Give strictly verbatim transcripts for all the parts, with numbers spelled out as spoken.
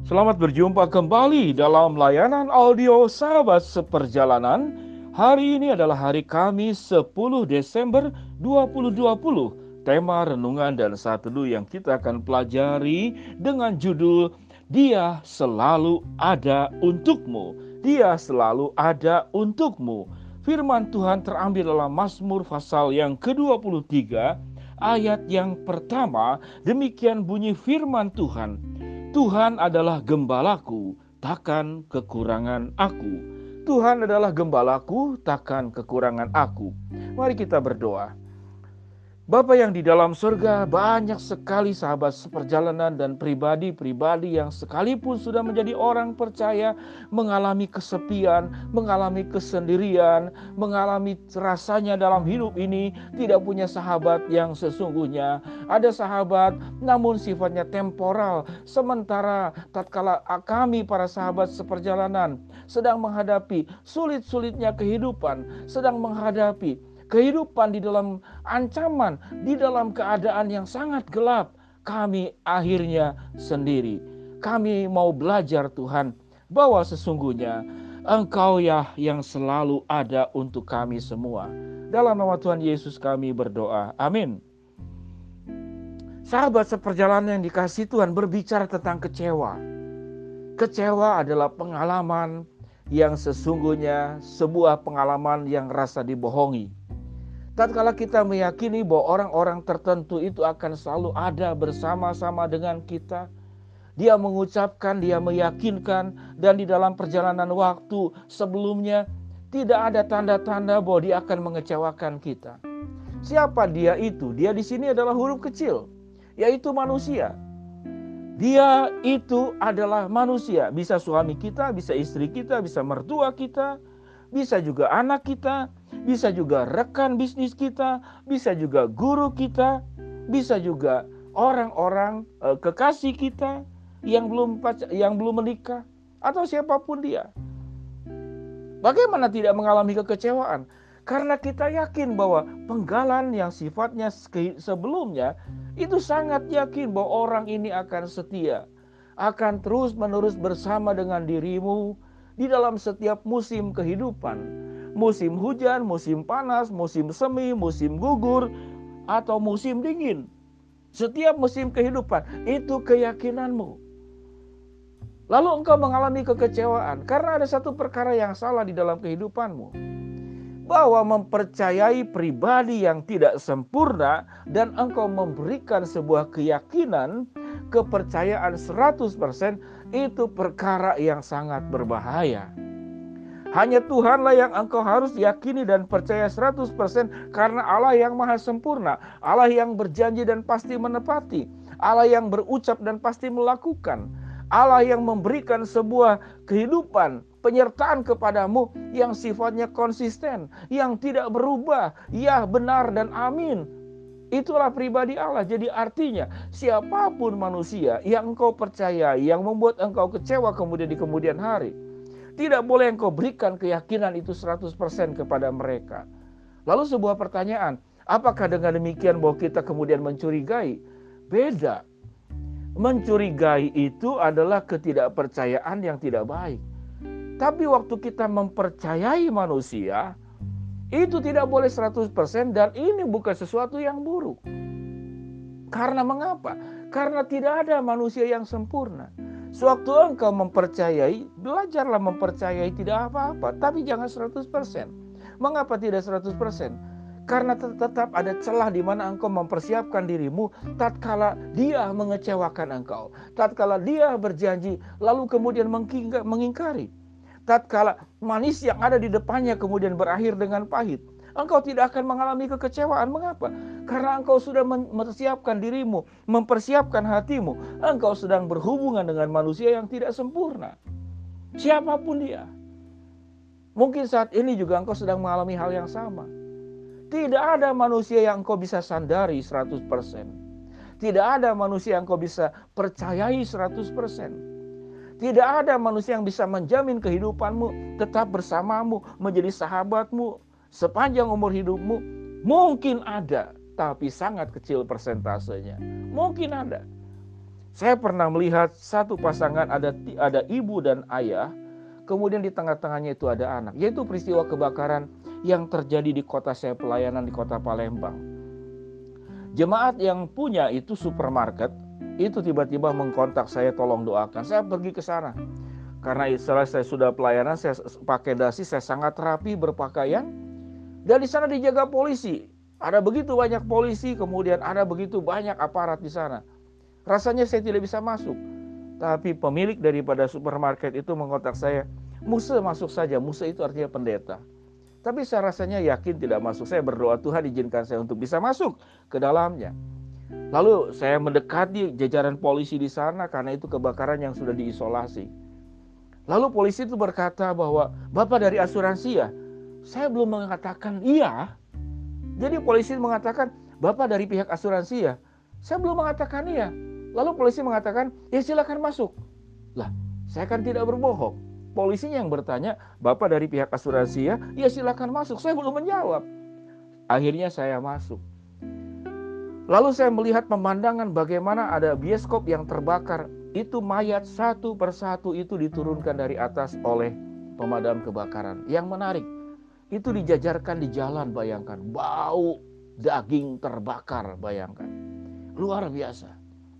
Selamat berjumpa kembali dalam layanan audio Sahabat Seperjalanan. Hari ini adalah hari Kamis sepuluh Desember dua ribu dua puluh. Tema renungan dan saat teduh yang kita akan pelajari dengan judul Dia Selalu Ada Untukmu. Dia Selalu Ada Untukmu. Firman Tuhan terambil dalam Mazmur pasal yang ke dua puluh tiga ayat yang pertama. Demikian bunyi firman Tuhan. Tuhan adalah gembalaku, takkan kekurangan aku. Tuhan adalah gembalaku, takkan kekurangan aku. Mari kita berdoa. Bapa yang di dalam surga, banyak sekali sahabat seperjalanan dan pribadi-pribadi yang sekalipun sudah menjadi orang percaya, mengalami kesepian, mengalami kesendirian, mengalami rasanya dalam hidup ini tidak punya sahabat yang sesungguhnya. Ada sahabat namun sifatnya temporal, sementara tatkala kami para sahabat seperjalanan sedang menghadapi sulit-sulitnya kehidupan, sedang menghadapi kehidupan di dalam ancaman, di dalam keadaan yang sangat gelap, kami akhirnya sendiri. Kami mau belajar Tuhan, bahwa sesungguhnya Engkau ya yang selalu ada untuk kami semua. Dalam nama Tuhan Yesus kami berdoa. Amin. Sahabat seperjalanan yang dikasihi Tuhan, berbicara tentang kecewa. Kecewa adalah pengalaman yang sesungguhnya sebuah pengalaman yang rasa dibohongi. Tatkala kita meyakini bahwa orang-orang tertentu itu akan selalu ada bersama-sama dengan kita, dia mengucapkan, dia meyakinkan, dan di dalam perjalanan waktu sebelumnya tidak ada tanda-tanda bahwa dia akan mengecewakan kita. Siapa dia itu? Dia di sini adalah huruf kecil, yaitu manusia. Dia itu adalah manusia, bisa suami kita, bisa istri kita, bisa mertua kita, bisa juga anak kita, bisa juga rekan bisnis kita, bisa juga guru kita, bisa juga orang-orang e, kekasih kita yang belum yang belum menikah, atau siapapun dia. Bagaimana tidak mengalami kekecewaan? Karena kita yakin bahwa penggalan yang sifatnya sebelumnya itu sangat yakin bahwa orang ini akan setia, akan terus-menerus bersama dengan dirimu di dalam setiap musim kehidupan. Musim hujan, musim panas, musim semi, musim gugur, atau musim dingin. Setiap musim kehidupan, itu keyakinanmu. Lalu engkau mengalami kekecewaan karena ada satu perkara yang salah di dalam kehidupanmu. Bahwa mempercayai pribadi yang tidak sempurna dan engkau memberikan sebuah keyakinan, kepercayaan seratus persen, itu perkara yang sangat berbahaya. Hanya Tuhanlah yang engkau harus yakini dan percaya seratus persen karena Allah yang maha sempurna, Allah yang berjanji dan pasti menepati, Allah yang berucap dan pasti melakukan, Allah yang memberikan sebuah kehidupan, penyertaan kepadamu yang sifatnya konsisten, yang tidak berubah, ya benar dan amin. Itulah pribadi Allah. Jadi artinya siapapun manusia yang engkau percayai, yang membuat engkau kecewa kemudian di kemudian hari, tidak boleh engkau berikan keyakinan itu seratus persen kepada mereka. Lalu sebuah pertanyaan, apakah dengan demikian bahwa kita kemudian mencurigai? Beda. Mencurigai itu adalah ketidakpercayaan yang tidak baik. Tapi waktu kita mempercayai manusia, itu tidak boleh seratus persen dan ini bukan sesuatu yang buruk. Karena mengapa? Karena tidak ada manusia yang sempurna. Sewaktu engkau mempercayai, belajarlah mempercayai tidak apa-apa, tapi jangan seratus persen. Mengapa tidak seratus persen? Karena tetap ada celah di mana engkau mempersiapkan dirimu tatkala dia mengecewakan engkau, tatkala dia berjanji lalu kemudian mengingkari, tatkala manis yang ada di depannya kemudian berakhir dengan pahit. Engkau tidak akan mengalami kekecewaan. Mengapa? Karena engkau sudah mempersiapkan dirimu, mempersiapkan hatimu. Engkau sedang berhubungan dengan manusia yang tidak sempurna. Siapapun dia. Mungkin saat ini juga engkau sedang mengalami hal yang sama. Tidak ada manusia yang engkau bisa sandari seratus persen. Tidak ada manusia yang engkau bisa percayai seratus persen. Tidak ada manusia yang bisa menjamin kehidupanmu tetap bersamamu, menjadi sahabatmu sepanjang umur hidupmu. Mungkin ada, tapi sangat kecil persentasenya. Mungkin ada. Saya pernah melihat satu pasangan, ada ada ibu dan ayah, kemudian di tengah-tengahnya itu ada anak. Yaitu peristiwa kebakaran yang terjadi di kota saya pelayanan di kota Palembang. Jemaat yang punya itu supermarket, itu tiba-tiba mengkontak saya, tolong doakan. Saya pergi ke sana. Karena setelah saya sudah pelayanan, saya pakai dasi, saya sangat rapi berpakaian. Dan di sana dijaga polisi. Ada begitu banyak polisi, kemudian ada begitu banyak aparat di sana. Rasanya saya tidak bisa masuk. Tapi pemilik daripada supermarket itu mengontak saya, Muse masuk saja. Muse itu artinya pendeta. Tapi saya rasanya yakin tidak masuk. Saya berdoa, Tuhan izinkan saya untuk bisa masuk ke dalamnya. Lalu saya mendekati jajaran polisi di sana karena itu kebakaran yang sudah diisolasi. Lalu polisi itu berkata bahwa, Bapak dari asuransi ya? Saya belum mengatakan iya. Jadi polisi mengatakan, Bapak dari pihak asuransi ya? Saya belum mengatakan iya. Lalu polisi mengatakan, ya silakan masuk. Lah, saya kan tidak berbohong. Polisinya yang bertanya, Bapak dari pihak asuransi ya? Ya silakan masuk. Saya belum menjawab. Akhirnya saya masuk. Lalu saya melihat pemandangan bagaimana ada bioskop yang terbakar. Itu mayat satu persatu itu diturunkan dari atas oleh pemadam kebakaran. Yang menarik, itu dijajarkan di jalan, bayangkan. Bau daging terbakar, bayangkan. Luar biasa.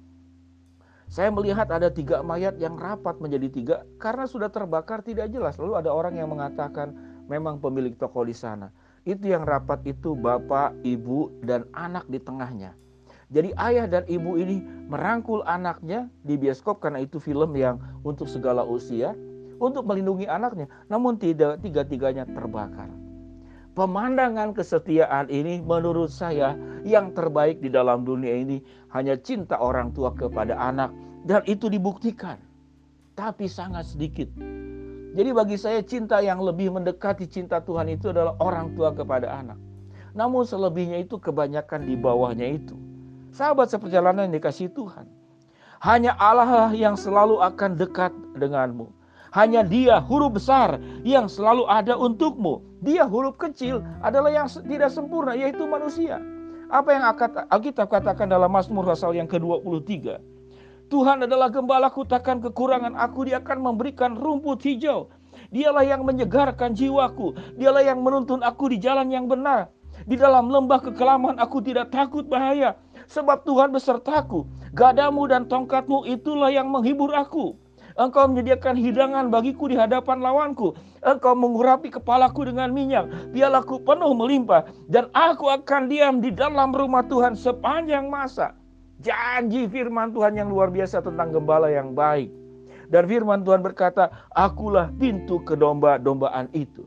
Saya melihat ada tiga mayat yang rapat menjadi tiga karena sudah terbakar tidak jelas. Lalu ada orang yang mengatakan memang pemilik toko di sana. Itu yang rapat itu bapak, ibu, dan anak di tengahnya. Jadi ayah dan ibu ini merangkul anaknya di bioskop karena itu film yang untuk segala usia, untuk melindungi anaknya. Namun tidak, tiga-tiganya terbakar. Pemandangan kesetiaan ini menurut saya yang terbaik di dalam dunia ini hanya cinta orang tua kepada anak. Dan itu dibuktikan. Tapi sangat sedikit. Jadi bagi saya cinta yang lebih mendekati cinta Tuhan itu adalah orang tua kepada anak. Namun selebihnya itu kebanyakan di bawahnya itu. Sahabat seperjalanan yang dikasihi Tuhan. Hanya Allah lah yang selalu akan dekat denganmu. Hanya Dia huruf besar yang selalu ada untukmu. Dia huruf kecil adalah yang tidak sempurna, yaitu manusia. Apa yang Alkitab katakan dalam Mazmur pasal yang ke dua puluh tiga. Tuhan adalah gembalaku, takkan kekurangan aku. Dia akan memberikan rumput hijau. Dialah yang menyegarkan jiwaku. Dialah yang menuntun aku di jalan yang benar. Di dalam lembah kekelaman aku tidak takut bahaya. Sebab Tuhan besertaku. Gadamu dan tongkatmu itulah yang menghibur aku. Engkau menyediakan hidangan bagiku di hadapan lawanku. Engkau mengurapi kepalaku dengan minyak. Pialaku penuh melimpah. Dan aku akan diam di dalam rumah Tuhan sepanjang masa. Janji firman Tuhan yang luar biasa tentang gembala yang baik. Dan firman Tuhan berkata, akulah pintu kedomba-dombaan itu.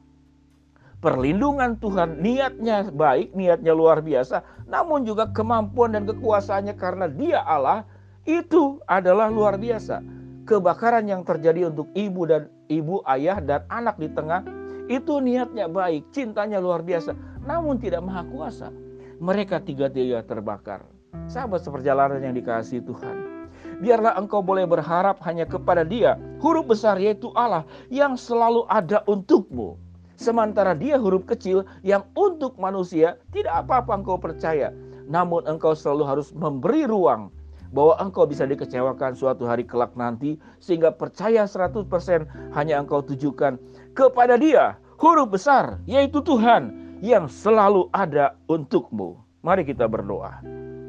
Perlindungan Tuhan, niatnya baik, niatnya luar biasa, namun juga kemampuan dan kekuasaannya karena Dia Allah, itu adalah luar biasa. Kebakaran yang terjadi untuk ibu dan ibu, ayah dan anak di tengah, itu niatnya baik, cintanya luar biasa, namun tidak maha kuasa. Mereka tiga-tiga terbakar. Sahabat seperjalanan yang dikasihi Tuhan, biarlah engkau boleh berharap hanya kepada Dia, huruf besar yaitu Allah, yang selalu ada untukmu. Sementara Dia huruf kecil yang untuk manusia tidak apa-apa engkau percaya. Namun engkau selalu harus memberi ruang bahwa engkau bisa dikecewakan suatu hari kelak nanti. Sehingga percaya seratus persen hanya engkau tujukan kepada Dia, huruf besar yaitu Tuhan yang selalu ada untukmu. Mari kita berdoa.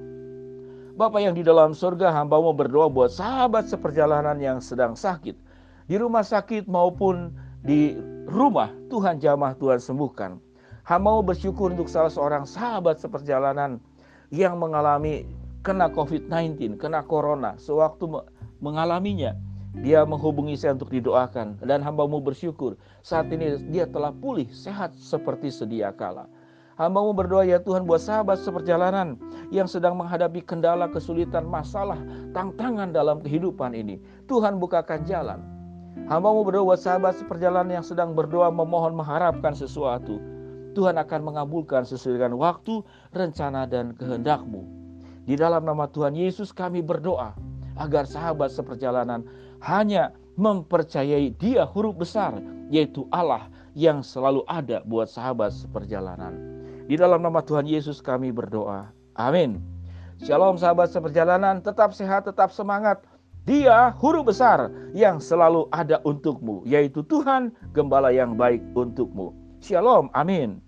Bapa yang di dalam surga, hamba-Mu berdoa buat sahabat seperjalanan yang sedang sakit. Di rumah sakit maupun di rumah, Tuhan jamah, Tuhan sembuhkan. Hamba-Mu bersyukur untuk salah seorang sahabat seperjalanan yang mengalami kena covid sembilan belas, kena corona. Sewaktu mengalaminya, dia menghubungi saya untuk didoakan. Dan hamba-Mu bersyukur saat ini dia telah pulih sehat seperti sedia kala. Hamba-Mu berdoa ya Tuhan buat sahabat seperjalanan yang sedang menghadapi kendala, kesulitan, masalah, tantangan dalam kehidupan ini. Tuhan bukakan jalan. Hamba-Mu berdoa buat sahabat seperjalanan yang sedang berdoa, memohon, mengharapkan sesuatu. Tuhan akan mengabulkan sesuai dengan waktu, rencana, dan kehendak-Mu. Di dalam nama Tuhan Yesus kami berdoa agar sahabat seperjalanan hanya mempercayai Dia huruf besar, yaitu Allah yang selalu ada buat sahabat seperjalanan. Di dalam nama Tuhan Yesus kami berdoa. Amin. Shalom sahabat seperjalanan, tetap sehat, tetap semangat. Dia huru besar yang selalu ada untukmu, yaitu Tuhan, gembala yang baik untukmu. Shalom, amin.